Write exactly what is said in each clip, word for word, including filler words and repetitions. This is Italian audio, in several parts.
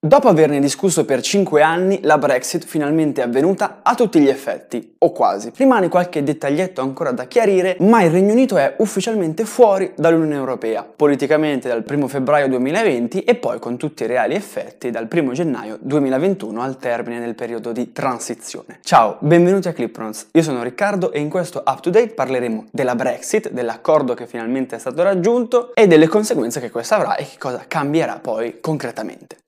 Dopo averne discusso per cinque anni, la Brexit finalmente è avvenuta a tutti gli effetti, o quasi. Rimane qualche dettaglietto ancora da chiarire, ma il Regno Unito è ufficialmente fuori dall'Unione Europea, politicamente dal primo febbraio duemilaventi e poi con tutti i reali effetti dal primo gennaio duemilaventuno al termine del periodo di transizione. Ciao, benvenuti a Clipnotes, io sono Riccardo e in questo Up to Date parleremo della Brexit, dell'accordo che finalmente è stato raggiunto e delle conseguenze che questo avrà e che cosa cambierà poi concretamente.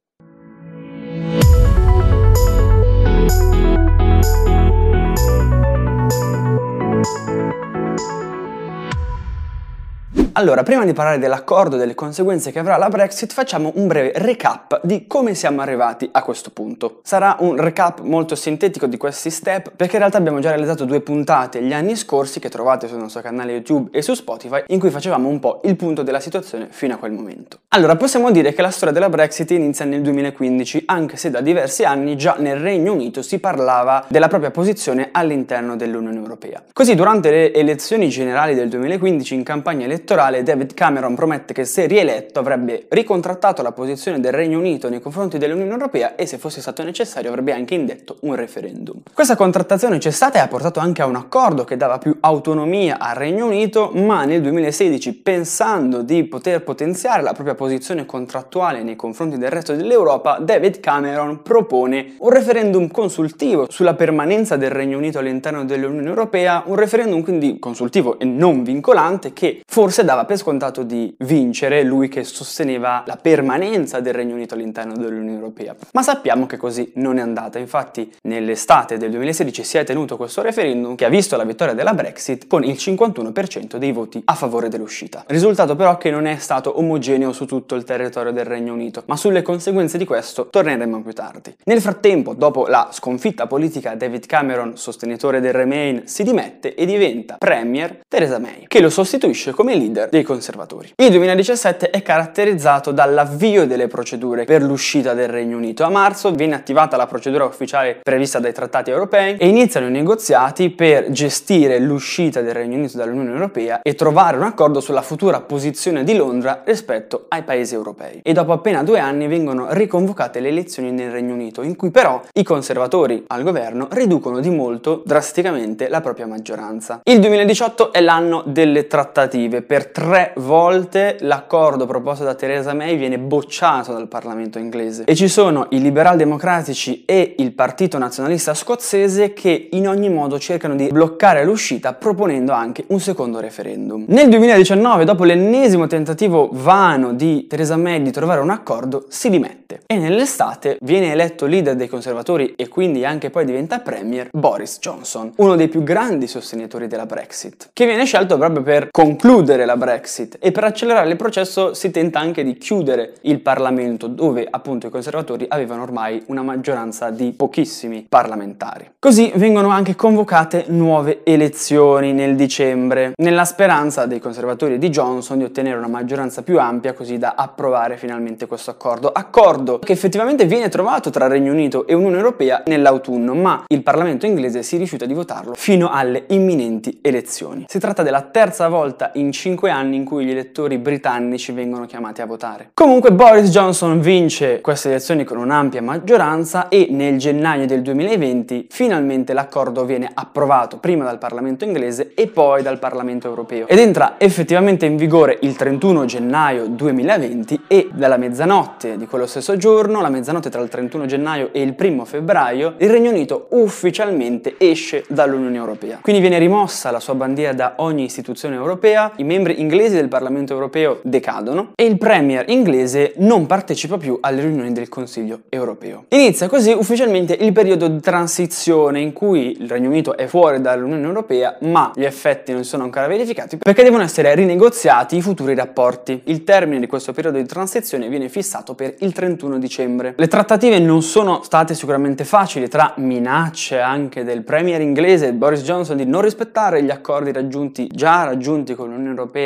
Allora, prima di parlare dell'accordo e delle conseguenze che avrà la Brexit, facciamo un breve recap di come siamo arrivati a questo punto. Sarà un recap molto sintetico di questi step, perché in realtà abbiamo già realizzato due puntate gli anni scorsi che trovate sul nostro canale YouTube e su Spotify, in cui facevamo un po' il punto della situazione fino a quel momento. Allora, possiamo dire che la storia della Brexit inizia nel duemilaquindici, anche se da diversi anni già nel Regno Unito si parlava della propria posizione all'interno dell'Unione Europea. Così, durante le elezioni generali del duemilaquindici, in campagna elettorale, David Cameron promette che se rieletto avrebbe ricontrattato la posizione del Regno Unito nei confronti dell'Unione Europea e se fosse stato necessario avrebbe anche indetto un referendum. Questa contrattazione c'è stata e ha portato anche a un accordo che dava più autonomia al Regno Unito, ma nel duemilasedici, pensando di poter potenziare la propria posizione contrattuale nei confronti del resto dell'Europa, David Cameron propone un referendum consultivo sulla permanenza del Regno Unito all'interno dell'Unione Europea, un referendum quindi consultivo e non vincolante che forse dava per scontato di vincere lui che sosteneva la permanenza del Regno Unito all'interno dell'Unione Europea. Ma sappiamo che così non è andata. Infatti nell'estate del duemilasedici si è tenuto questo referendum che ha visto la vittoria della Brexit con il cinquantuno per cento dei voti a favore dell'uscita. Risultato però che non è stato omogeneo su tutto il territorio del Regno Unito, ma sulle conseguenze di questo torneremo più tardi. Nel frattempo, dopo la sconfitta politica, David Cameron, sostenitore del Remain, si dimette e diventa Premier Theresa May, che lo sostituisce come leader dei conservatori. Il duemiladiciassette è caratterizzato dall'avvio delle procedure per l'uscita del Regno Unito. A marzo viene attivata la procedura ufficiale prevista dai trattati europei e iniziano i negoziati per gestire l'uscita del Regno Unito dall'Unione Europea e trovare un accordo sulla futura posizione di Londra rispetto ai paesi europei. E dopo appena due anni vengono riconvocate le elezioni nel Regno Unito, in cui però i conservatori al governo riducono di molto drasticamente la propria maggioranza. Il duemiladiciotto è l'anno delle trattative. Per tre volte l'accordo proposto da Theresa May viene bocciato dal Parlamento inglese e ci sono i liberal democratici e il Partito Nazionalista Scozzese che in ogni modo cercano di bloccare l'uscita proponendo anche un secondo referendum. Nel duemiladiciannove, dopo l'ennesimo tentativo vano di Theresa May di trovare un accordo, si dimette e nell'estate viene eletto leader dei conservatori e quindi anche poi diventa premier Boris Johnson, uno dei più grandi sostenitori della Brexit, che viene scelto proprio per concludere la Brexit e per accelerare il processo si tenta anche di chiudere il Parlamento, dove appunto i conservatori avevano ormai una maggioranza di pochissimi parlamentari. Così vengono anche convocate nuove elezioni nel dicembre, nella speranza dei conservatori e di Johnson di ottenere una maggioranza più ampia così da approvare finalmente questo accordo. Accordo che effettivamente viene trovato tra Regno Unito e Unione Europea nell'autunno, ma il Parlamento inglese si rifiuta di votarlo fino alle imminenti elezioni. Si tratta della terza volta in cinque anni in cui gli elettori britannici vengono chiamati a votare. Comunque Boris Johnson vince queste elezioni con un'ampia maggioranza e nel gennaio del duemilaventi finalmente l'accordo viene approvato prima dal Parlamento inglese e poi dal Parlamento europeo ed entra effettivamente in vigore il trentuno gennaio duemilaventi e dalla mezzanotte di quello stesso giorno, la mezzanotte tra il trentuno gennaio e il primo febbraio, il Regno Unito ufficialmente esce dall'Unione Europea. Quindi viene rimossa la sua bandiera da ogni istituzione europea, i membri inglesi del Parlamento europeo decadono e il premier inglese non partecipa più alle riunioni del Consiglio europeo. Inizia così ufficialmente il periodo di transizione in cui il Regno Unito è fuori dall'Unione Europea, ma gli effetti non sono ancora verificati perché devono essere rinegoziati i futuri rapporti. Il termine di questo periodo di transizione viene fissato per il trentuno dicembre. Le trattative non sono state sicuramente facili, tra minacce anche del premier inglese Boris Johnson di non rispettare gli accordi raggiunti già raggiunti con l'Unione Europea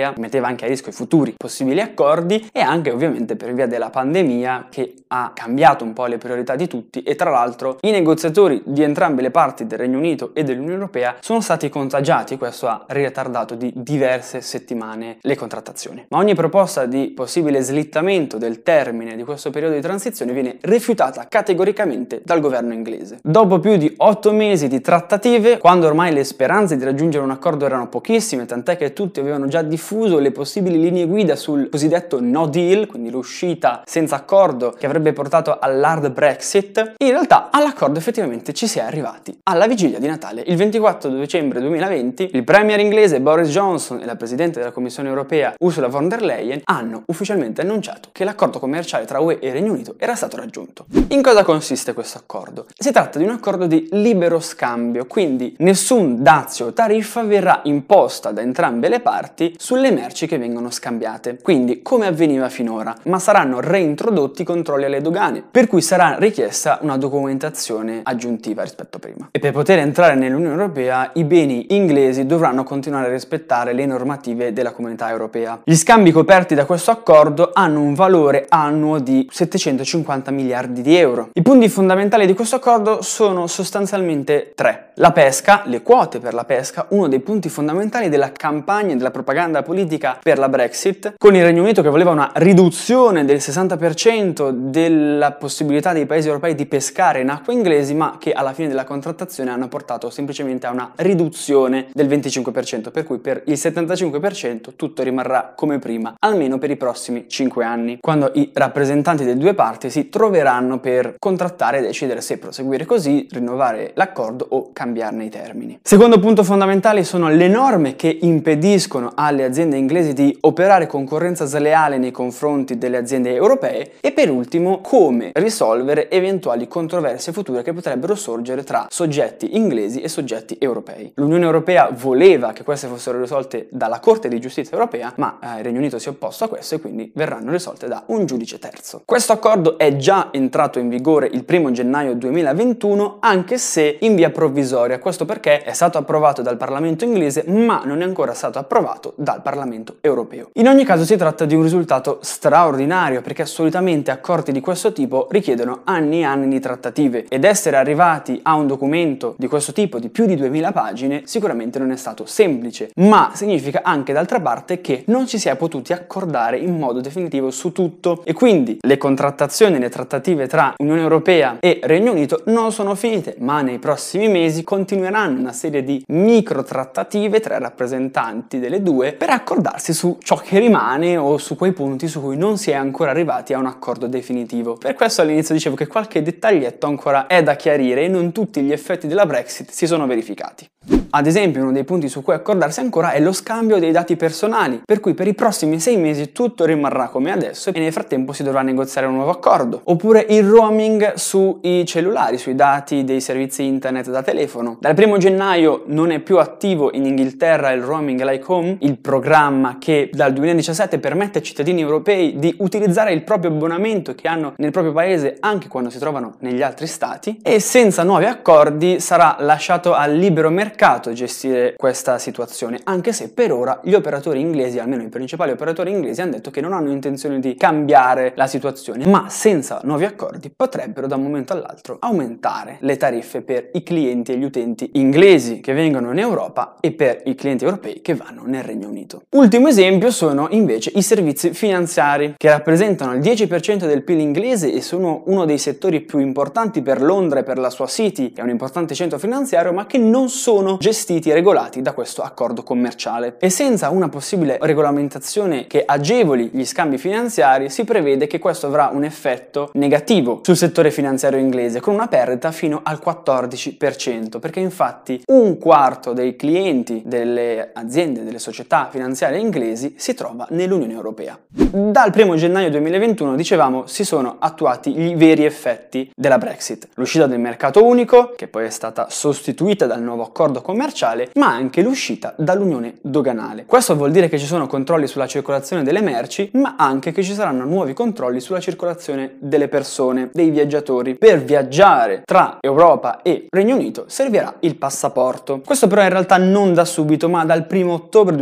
Europea, metteva anche a rischio i futuri possibili accordi e anche ovviamente per via della pandemia che ha cambiato un po' le priorità di tutti e tra l'altro i negoziatori di entrambe le parti del Regno Unito e dell'Unione Europea sono stati contagiati, questo ha ritardato di diverse settimane le contrattazioni. Ma ogni proposta di possibile slittamento del termine di questo periodo di transizione viene rifiutata categoricamente dal governo inglese. Dopo più di otto mesi di trattative, quando ormai le speranze di raggiungere un accordo erano pochissime, tant'è che tutti avevano già diffuso le possibili linee guida sul cosiddetto no deal, quindi l'uscita senza accordo che avrebbe portato all'hard Brexit, in realtà all'accordo effettivamente ci si è arrivati alla vigilia di Natale. Il ventiquattro dicembre duemilaventi il premier inglese Boris Johnson e la presidente della Commissione europea Ursula von der Leyen hanno ufficialmente annunciato che l'accordo commerciale tra U E e Regno Unito era stato raggiunto. In cosa consiste questo accordo? Si tratta di un accordo di libero scambio, quindi nessun dazio o tariffa verrà imposta da entrambe le parti sulle merci che vengono scambiate, quindi come avveniva finora, ma saranno reintrodotti i controlli alle dogane, per cui sarà richiesta una documentazione aggiuntiva rispetto a prima. E per poter entrare nell'Unione Europea i beni inglesi dovranno continuare a rispettare le normative della Comunità Europea. Gli scambi coperti da questo accordo hanno un valore annuo di settecentocinquanta miliardi di euro. I punti fondamentali di questo accordo sono sostanzialmente tre. La pesca, le quote per la pesca, uno dei punti fondamentali della campagna e della propaganda politica per la Brexit, con il Regno Unito che voleva una riduzione del sessanta per cento della possibilità dei paesi europei di pescare in acque inglesi, ma che alla fine della contrattazione hanno portato semplicemente a una riduzione del venticinque per cento, per cui per il settantacinque per cento tutto rimarrà come prima, almeno per i prossimi cinque anni, quando i rappresentanti delle due parti si troveranno per contrattare e decidere se proseguire così, rinnovare l'accordo o cambiarne i termini. Secondo punto fondamentale sono le norme che impediscono alle aziende inglesi di operare concorrenza sleale nei confronti delle aziende europee e per ultimo come risolvere eventuali controversie future che potrebbero sorgere tra soggetti inglesi e soggetti europei. L'Unione Europea voleva che queste fossero risolte dalla Corte di Giustizia Europea, ma eh, il Regno Unito si è opposto a questo e quindi verranno risolte da un giudice terzo. Questo accordo è già entrato in vigore il primo gennaio duemilaventuno, anche se in via provvisoria, questo perché è stato approvato dal Parlamento inglese ma non è ancora stato approvato dal Parlamento europeo. In ogni caso si tratta di un risultato straordinario perché solitamente accordi di questo tipo richiedono anni e anni di trattative ed essere arrivati a un documento di questo tipo di più di duemila pagine sicuramente non è stato semplice, ma significa anche d'altra parte che non ci si è potuti accordare in modo definitivo su tutto e quindi le contrattazioni e le trattative tra Unione Europea e Regno Unito non sono finite, ma nei prossimi mesi continueranno una serie di micro trattative tra i rappresentanti delle due per accordarsi su ciò che rimane o su quei punti su cui non si è ancora arrivati a un accordo definitivo. Per questo all'inizio dicevo che qualche dettaglietto ancora è da chiarire e non tutti gli effetti della Brexit si sono verificati. Ad esempio, uno dei punti su cui accordarsi ancora è lo scambio dei dati personali, per cui per i prossimi sei mesi tutto rimarrà come adesso e nel frattempo si dovrà negoziare un nuovo accordo. Oppure il roaming sui cellulari, sui dati dei servizi internet da telefono. Dal primo gennaio non è più attivo in Inghilterra il Roaming Like Home, il programma che dal duemiladiciassette permette ai cittadini europei di utilizzare il proprio abbonamento che hanno nel proprio paese anche quando si trovano negli altri stati, e senza nuovi accordi sarà lasciato al libero mercato gestire questa situazione, anche se per ora gli operatori inglesi, almeno i principali operatori inglesi, hanno detto che non hanno intenzione di cambiare la situazione, ma senza nuovi accordi potrebbero da un momento all'altro aumentare le tariffe per i clienti e gli utenti inglesi che vengono in Europa e per i clienti europei che vanno nel Regno Unito. Ultimo esempio sono invece i servizi finanziari, che rappresentano il dieci per cento del P I L inglese e sono uno dei settori più importanti per Londra e per la sua City, che è un importante centro finanziario, ma che non sono gestiti e regolati da questo accordo commerciale. E senza una possibile regolamentazione che agevoli gli scambi finanziari, si prevede che questo avrà un effetto negativo sul settore finanziario inglese, con una perdita fino al quattordici per cento, perché infatti un quarto dei clienti delle aziende, delle società finanziarie inglesi si trova nell'Unione Europea. Dal primo gennaio duemilaventuno, dicevamo, si sono attuati i veri effetti della Brexit. L'uscita del mercato unico, che poi è stata sostituita dal nuovo accordo commerciale, ma anche l'uscita dall'unione doganale. Questo vuol dire che ci sono controlli sulla circolazione delle merci, ma anche che ci saranno nuovi controlli sulla circolazione delle persone, dei viaggiatori. Per viaggiare tra Europa e Regno Unito servirà il passaporto. Questo però in realtà non da subito, ma dal primo ottobre duemilaventuno.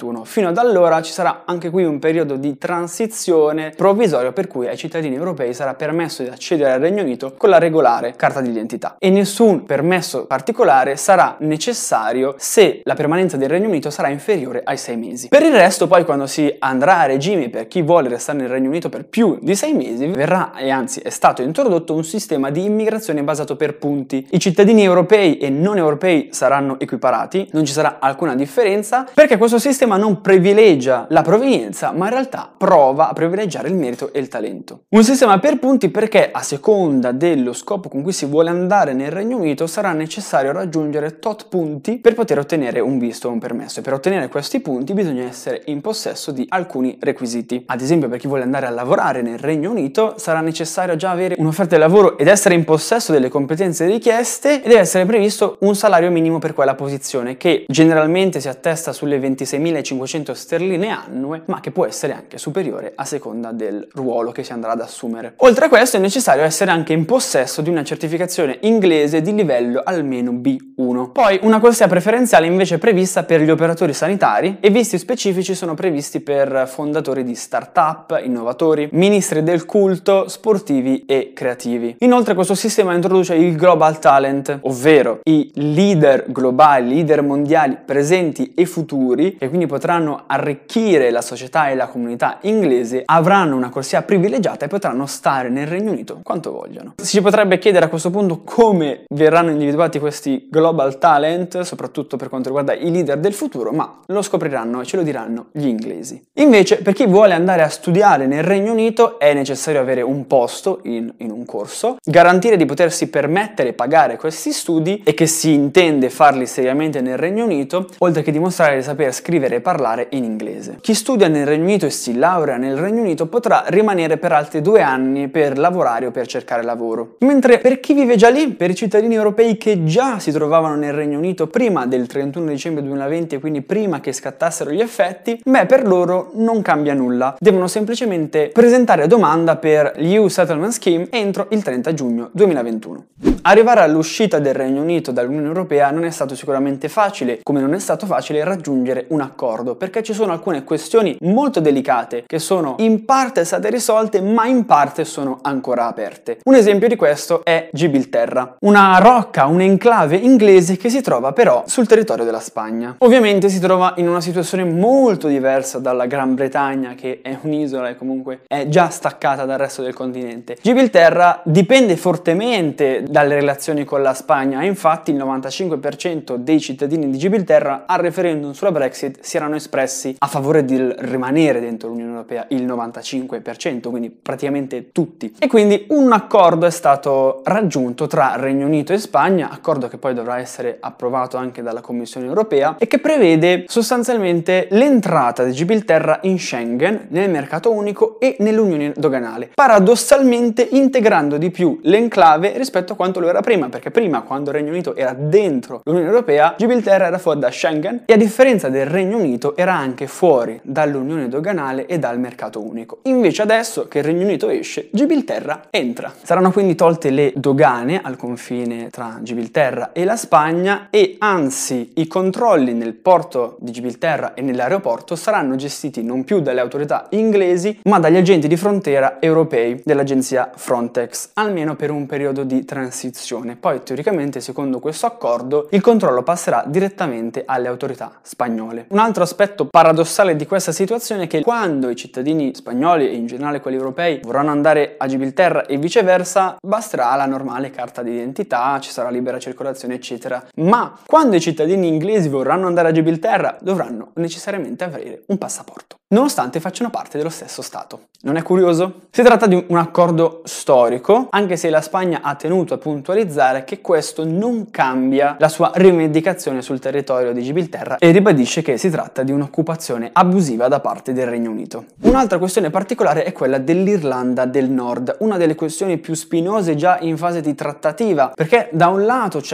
duemilaventuno. Fino ad allora ci sarà anche qui un periodo di transizione provvisorio per cui ai cittadini europei sarà permesso di accedere al Regno Unito con la regolare carta d'identità e nessun permesso particolare sarà necessario se la permanenza del Regno Unito sarà inferiore ai sei mesi. Per il resto poi, quando si andrà a regime per chi vuole restare nel Regno Unito per più di sei mesi, verrà e anzi è stato introdotto un sistema di immigrazione basato per punti. I cittadini europei e non europei saranno equiparati, non ci sarà alcuna differenza perché questo sistema non privilegia la provenienza ma in realtà prova a privilegiare il merito e il talento. Un sistema per punti perché a seconda dello scopo con cui si vuole andare nel Regno Unito sarà necessario raggiungere tot punti per poter ottenere un visto o un permesso e per ottenere questi punti bisogna essere in possesso di alcuni requisiti. Ad esempio, per chi vuole andare a lavorare nel Regno Unito sarà necessario già avere un'offerta di lavoro ed essere in possesso delle competenze richieste e deve essere previsto un salario minimo per quella posizione che generalmente si attesta sulle ventiseimilacinquecento sterline annue ma che può essere anche superiore a seconda del ruolo che si andrà ad assumere. Oltre a questo è necessario essere anche in possesso di una certificazione inglese di livello almeno B uno. Poi una corsia preferenziale invece è prevista per gli operatori sanitari e visti specifici sono previsti per fondatori di start-up, innovatori, ministri del culto, sportivi e creativi. Inoltre questo sistema introduce il Global Talent, ovvero i leader globali, leader mondiali presenti e futuri, che quindi potranno arricchire la società e la comunità inglese, avranno una corsia privilegiata e potranno stare nel Regno Unito quanto vogliono. Si potrebbe chiedere a questo punto come verranno individuati questi Global Talent, soprattutto per quanto riguarda i leader del futuro, ma lo scopriranno e ce lo diranno gli inglesi. Invece, per chi vuole andare a studiare nel Regno Unito è necessario avere un posto in, in un corso, garantire di potersi permettere e pagare questi studi e che si intende farli seriamente nel Regno Unito, oltre che dimostrare di saper scrivere e parlare in inglese. Chi studia nel Regno Unito e si laurea nel Regno Unito potrà rimanere per altri due anni per lavorare o per cercare lavoro. Mentre per chi vive già lì, per i cittadini europei che già si trovavano nel Regno Unito prima del trentuno dicembre duemilaventi e quindi prima che scattassero gli effetti, beh, per loro non cambia nulla. Devono semplicemente presentare domanda per l'E U Settlement Scheme entro il trenta giugno duemilaventuno. Arrivare all'uscita del Regno Unito dall'Unione Europea non è stato sicuramente facile, come non è stato facile raggiungere un accordo, perché ci sono alcune questioni molto delicate che sono in parte state risolte, ma in parte sono ancora aperte. Un esempio di questo è Gibilterra, una rocca, un'enclave inglese che si trova però sul territorio della Spagna. Ovviamente si trova in una situazione molto diversa dalla Gran Bretagna, che è un'isola e comunque è già staccata dal resto del continente. Gibilterra dipende fortemente dalle relazioni con la Spagna, infatti il novantacinque per cento dei cittadini di Gibilterra al referendum sulla Brexit si erano espressi a favore di rimanere dentro l'Unione Europea, il novantacinque per cento, quindi praticamente tutti. E quindi un accordo è stato raggiunto tra Regno Unito e Spagna, accordo che poi dovrà essere approvato anche dalla Commissione Europea e che prevede sostanzialmente l'entrata di Gibilterra in Schengen, nel mercato unico e nell'unione doganale, paradossalmente integrando di più l'enclave rispetto a quanto lo era prima, perché prima, quando il Regno Unito era dentro l'Unione Europea, Gibilterra era fuori da Schengen e a differenza del Regno Unito era anche fuori dall'unione doganale e dal mercato unico. Invece adesso che il Regno Unito esce, Gibilterra entra. Saranno quindi tolte le dogane al confine tra Gibilterra e la Spagna e anzi i controlli nel porto di Gibilterra e nell'aeroporto saranno gestiti non più dalle autorità inglesi ma dagli agenti di frontiera europei dell'agenzia Frontex, almeno per un periodo di transizione. Poi teoricamente, secondo questo accordo, il controllo passerà direttamente alle autorità spagnole. Un altro aspetto paradossale di questa situazione è che quando i cittadini spagnoli e in generale quelli europei vorranno andare a Gibilterra e viceversa, basterà la normale carta d'identità, ci sarà libera circolazione eccetera, ma quando i cittadini inglesi vorranno andare a Gibilterra dovranno necessariamente avere un passaporto, nonostante facciano parte dello stesso Stato. Non è curioso? Si tratta di un accordo storico, anche se la Spagna ha tenuto a puntualizzare che questo non cambia la sua rivendicazione sul territorio di Gibilterra e ribadisce che si tratta di un'occupazione abusiva da parte del Regno Unito. Un'altra questione particolare è quella dell'Irlanda del Nord, una delle questioni più spinose già in fase di trattativa, perché da un lato c'è chi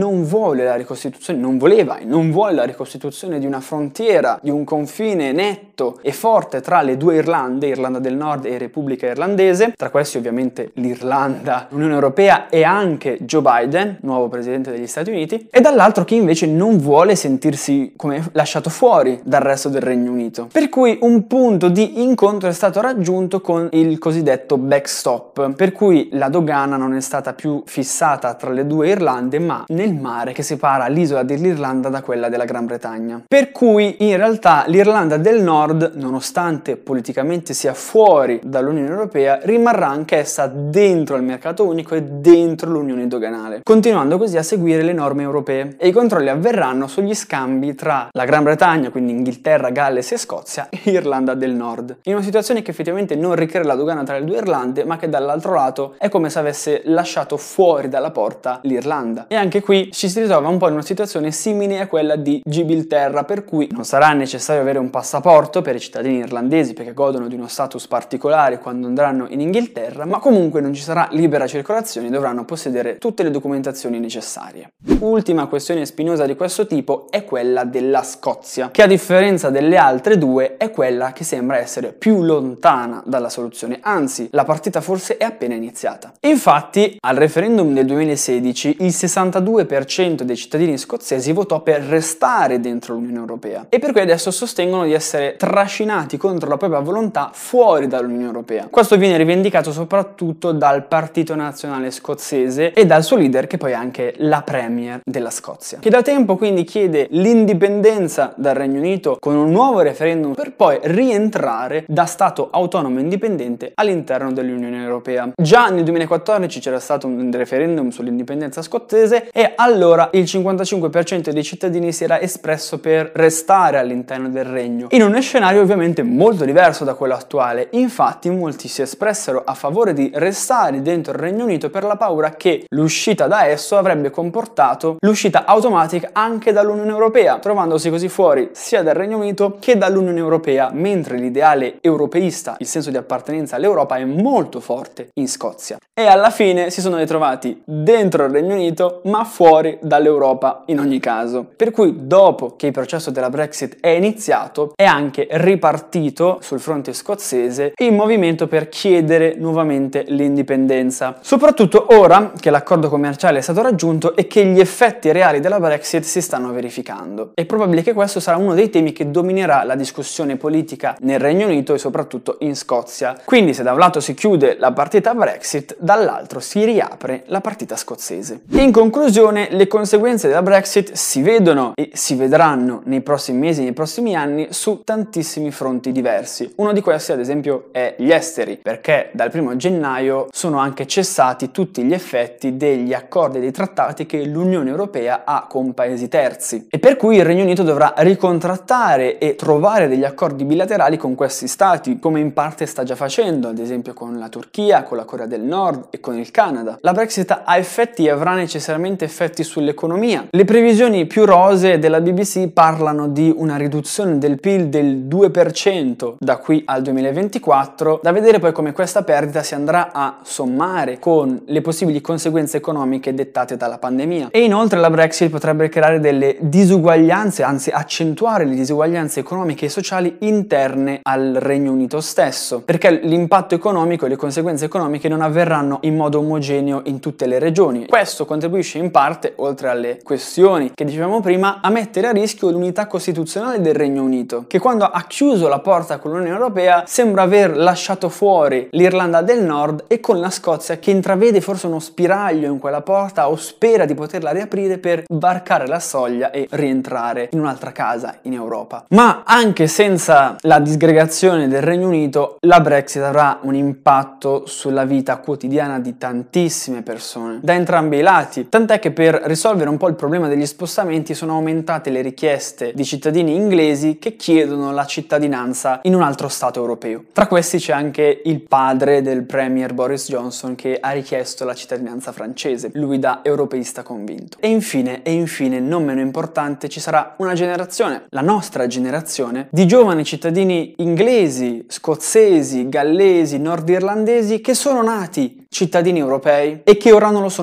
non vuole la ricostituzione, non voleva e non vuole la ricostituzione di una frontiera, di un confine netto e forte tra le due Irlande, Irlanda del Nord e Repubblica Irlandese, tra questi ovviamente l'Irlanda, l'Unione Europea e anche Joe Biden, nuovo presidente degli Stati Uniti, e dall'altro chi invece non vuole sentirsi come lasciato fuori dal resto del Regno Unito. Per cui un punto di incontro è stato raggiunto con il cosiddetto backstop, per cui la dogana non è stata più fissata tra le due Irlande, ma nel mare che separa l'isola dell'Irlanda da quella della Gran Bretagna. Per cui in realtà l'Irlanda del Nord, nonostante politicamente sia fuori dall'Unione Europea, rimarrà anch'essa dentro il mercato unico e dentro l'unione doganale, continuando così a seguire le norme europee, e i controlli avverranno sugli scambi tra la Gran Bretagna, quindi Inghilterra, Galles e Scozia, e Irlanda del Nord, in una situazione che effettivamente non ricrea la dogana tra le due Irlande, ma che dall'altro lato è come se avesse lasciato fuori dalla porta l'Irlanda. E anche qui ci si ritrova un po' in una situazione simile a quella di Gibilterra, per cui non sarà necessario avere un passaporto per i cittadini irlandesi perché godono di uno status particolare quando andranno in Inghilterra, ma comunque non ci sarà libera circolazione, dovranno possedere tutte le documentazioni necessarie. Ultima questione spinosa di questo tipo è quella della Scozia, che a differenza delle altre due è quella che sembra essere più lontana dalla soluzione, anzi la partita forse è appena iniziata. Infatti al referendum del duemilasedici il sessantadue per cento dei cittadini scozzesi votò per restare dentro l'Unione Europea, e per cui adesso sostengono di essere trascinati contro la propria volontà fuori dall'Unione Europea. Questo viene rivendicato soprattutto dal Partito Nazionale Scozzese e dal suo leader, che poi è anche la Premier della Scozia, che da tempo quindi chiede l'indipendenza dal Regno Unito con un nuovo referendum per poi rientrare da Stato autonomo e indipendente all'interno dell'Unione Europea. Già nel duemilaquattordici c'era stato un referendum sull'indipendenza scozzese e allora il cinquantacinque per cento dei cittadini si era espresso per restare all'interno del regno, in uno scenario ovviamente molto diverso da quello attuale. Infatti molti si espressero a favore di restare dentro il Regno Unito per la paura che l'uscita da esso avrebbe comportato l'uscita automatica anche dall'Unione Europea, trovandosi così fuori sia dal Regno Unito che dall'Unione Europea, mentre l'ideale europeista, il senso di appartenenza all'Europa, è molto forte in Scozia. E alla fine si sono ritrovati dentro il Regno Unito ma fuori dall'Europa in ogni caso. Per cui dopo che il processo della Brexit è iniziato è anche ripartito sul fronte scozzese il movimento per chiedere nuovamente l'indipendenza, soprattutto ora che l'accordo commerciale è stato raggiunto e che gli effetti reali della Brexit si stanno verificando. È probabile che questo sarà uno dei temi che dominerà la discussione politica nel Regno Unito e soprattutto in Scozia. Quindi se da un lato si chiude la partita Brexit, dall'altro si riapre la partita scozzese. In conclusione, le conseguenze della Brexit si vedono e si vedranno nei prossimi mesi, nei prossimi anni, su tantissimi fronti diversi. Uno di questi ad esempio è gli esteri, perché dal primo gennaio sono anche cessati tutti gli effetti degli accordi e dei trattati che l'Unione Europea ha con paesi terzi, e per cui il Regno Unito dovrà ricontrattare e trovare degli accordi bilaterali con questi stati, come in parte sta già facendo, ad esempio con la Turchia, con la Corea del Nord e con il Canada. La Brexit ha effetti e avrà necessariamente effetti sull'economia. Le previsioni più rosee della B B C parlano di una riduzione del P I L del due per cento da qui al duemilaventiquattro, da vedere poi come questa perdita si andrà a sommare con le possibili conseguenze economiche dettate dalla pandemia. E inoltre la Brexit potrebbe creare delle disuguaglianze, anzi accentuare le disuguaglianze economiche e sociali interne al Regno Unito stesso, perché l'impatto economico e le conseguenze economiche non avverranno in modo omogeneo in tutte le regioni. Questo contribuisce in parte, oltre alle questioni che dicevamo prima, a mettere a rischio l'unità costituzionale del Regno Unito, che quando ha chiuso la porta con l'Unione Europea sembra aver lasciato fuori l'Irlanda del Nord, e con la Scozia che intravede forse uno spiraglio in quella porta o spera di poterla riaprire per varcare la soglia e rientrare in un'altra casa in Europa. Ma anche senza la disgregazione del Regno Unito, la Brexit avrà un impatto sulla vita quotidiana di tantissime persone, da entrambi i lati, tant'è che per risolvere un po' il problema degli spostamenti sono aumentate le richieste di cittadini inglesi che chiedono la cittadinanza in un altro stato europeo. Tra questi c'è anche il padre del premier Boris Johnson, che ha richiesto la cittadinanza francese, lui da europeista convinto. E infine, e infine, non meno importante, ci sarà una generazione, la nostra generazione, di giovani cittadini inglesi, scozzesi, gallesi, nordirlandesi che sono nati cittadini europei e che ora non lo sono più.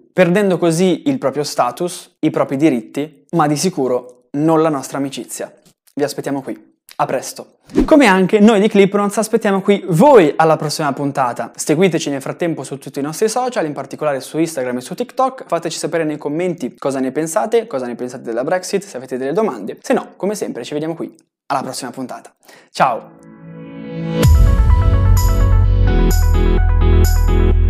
perdendo così il proprio status, i propri diritti, ma di sicuro non la nostra amicizia. Vi aspettiamo qui. A presto! Come anche noi di Clipnotes aspettiamo qui voi alla prossima puntata. Seguiteci nel frattempo su tutti i nostri social, in particolare su Instagram e su TikTok. Fateci sapere nei commenti cosa ne pensate, cosa ne pensate della Brexit, se avete delle domande. Se no, come sempre, ci vediamo qui alla prossima puntata. Ciao!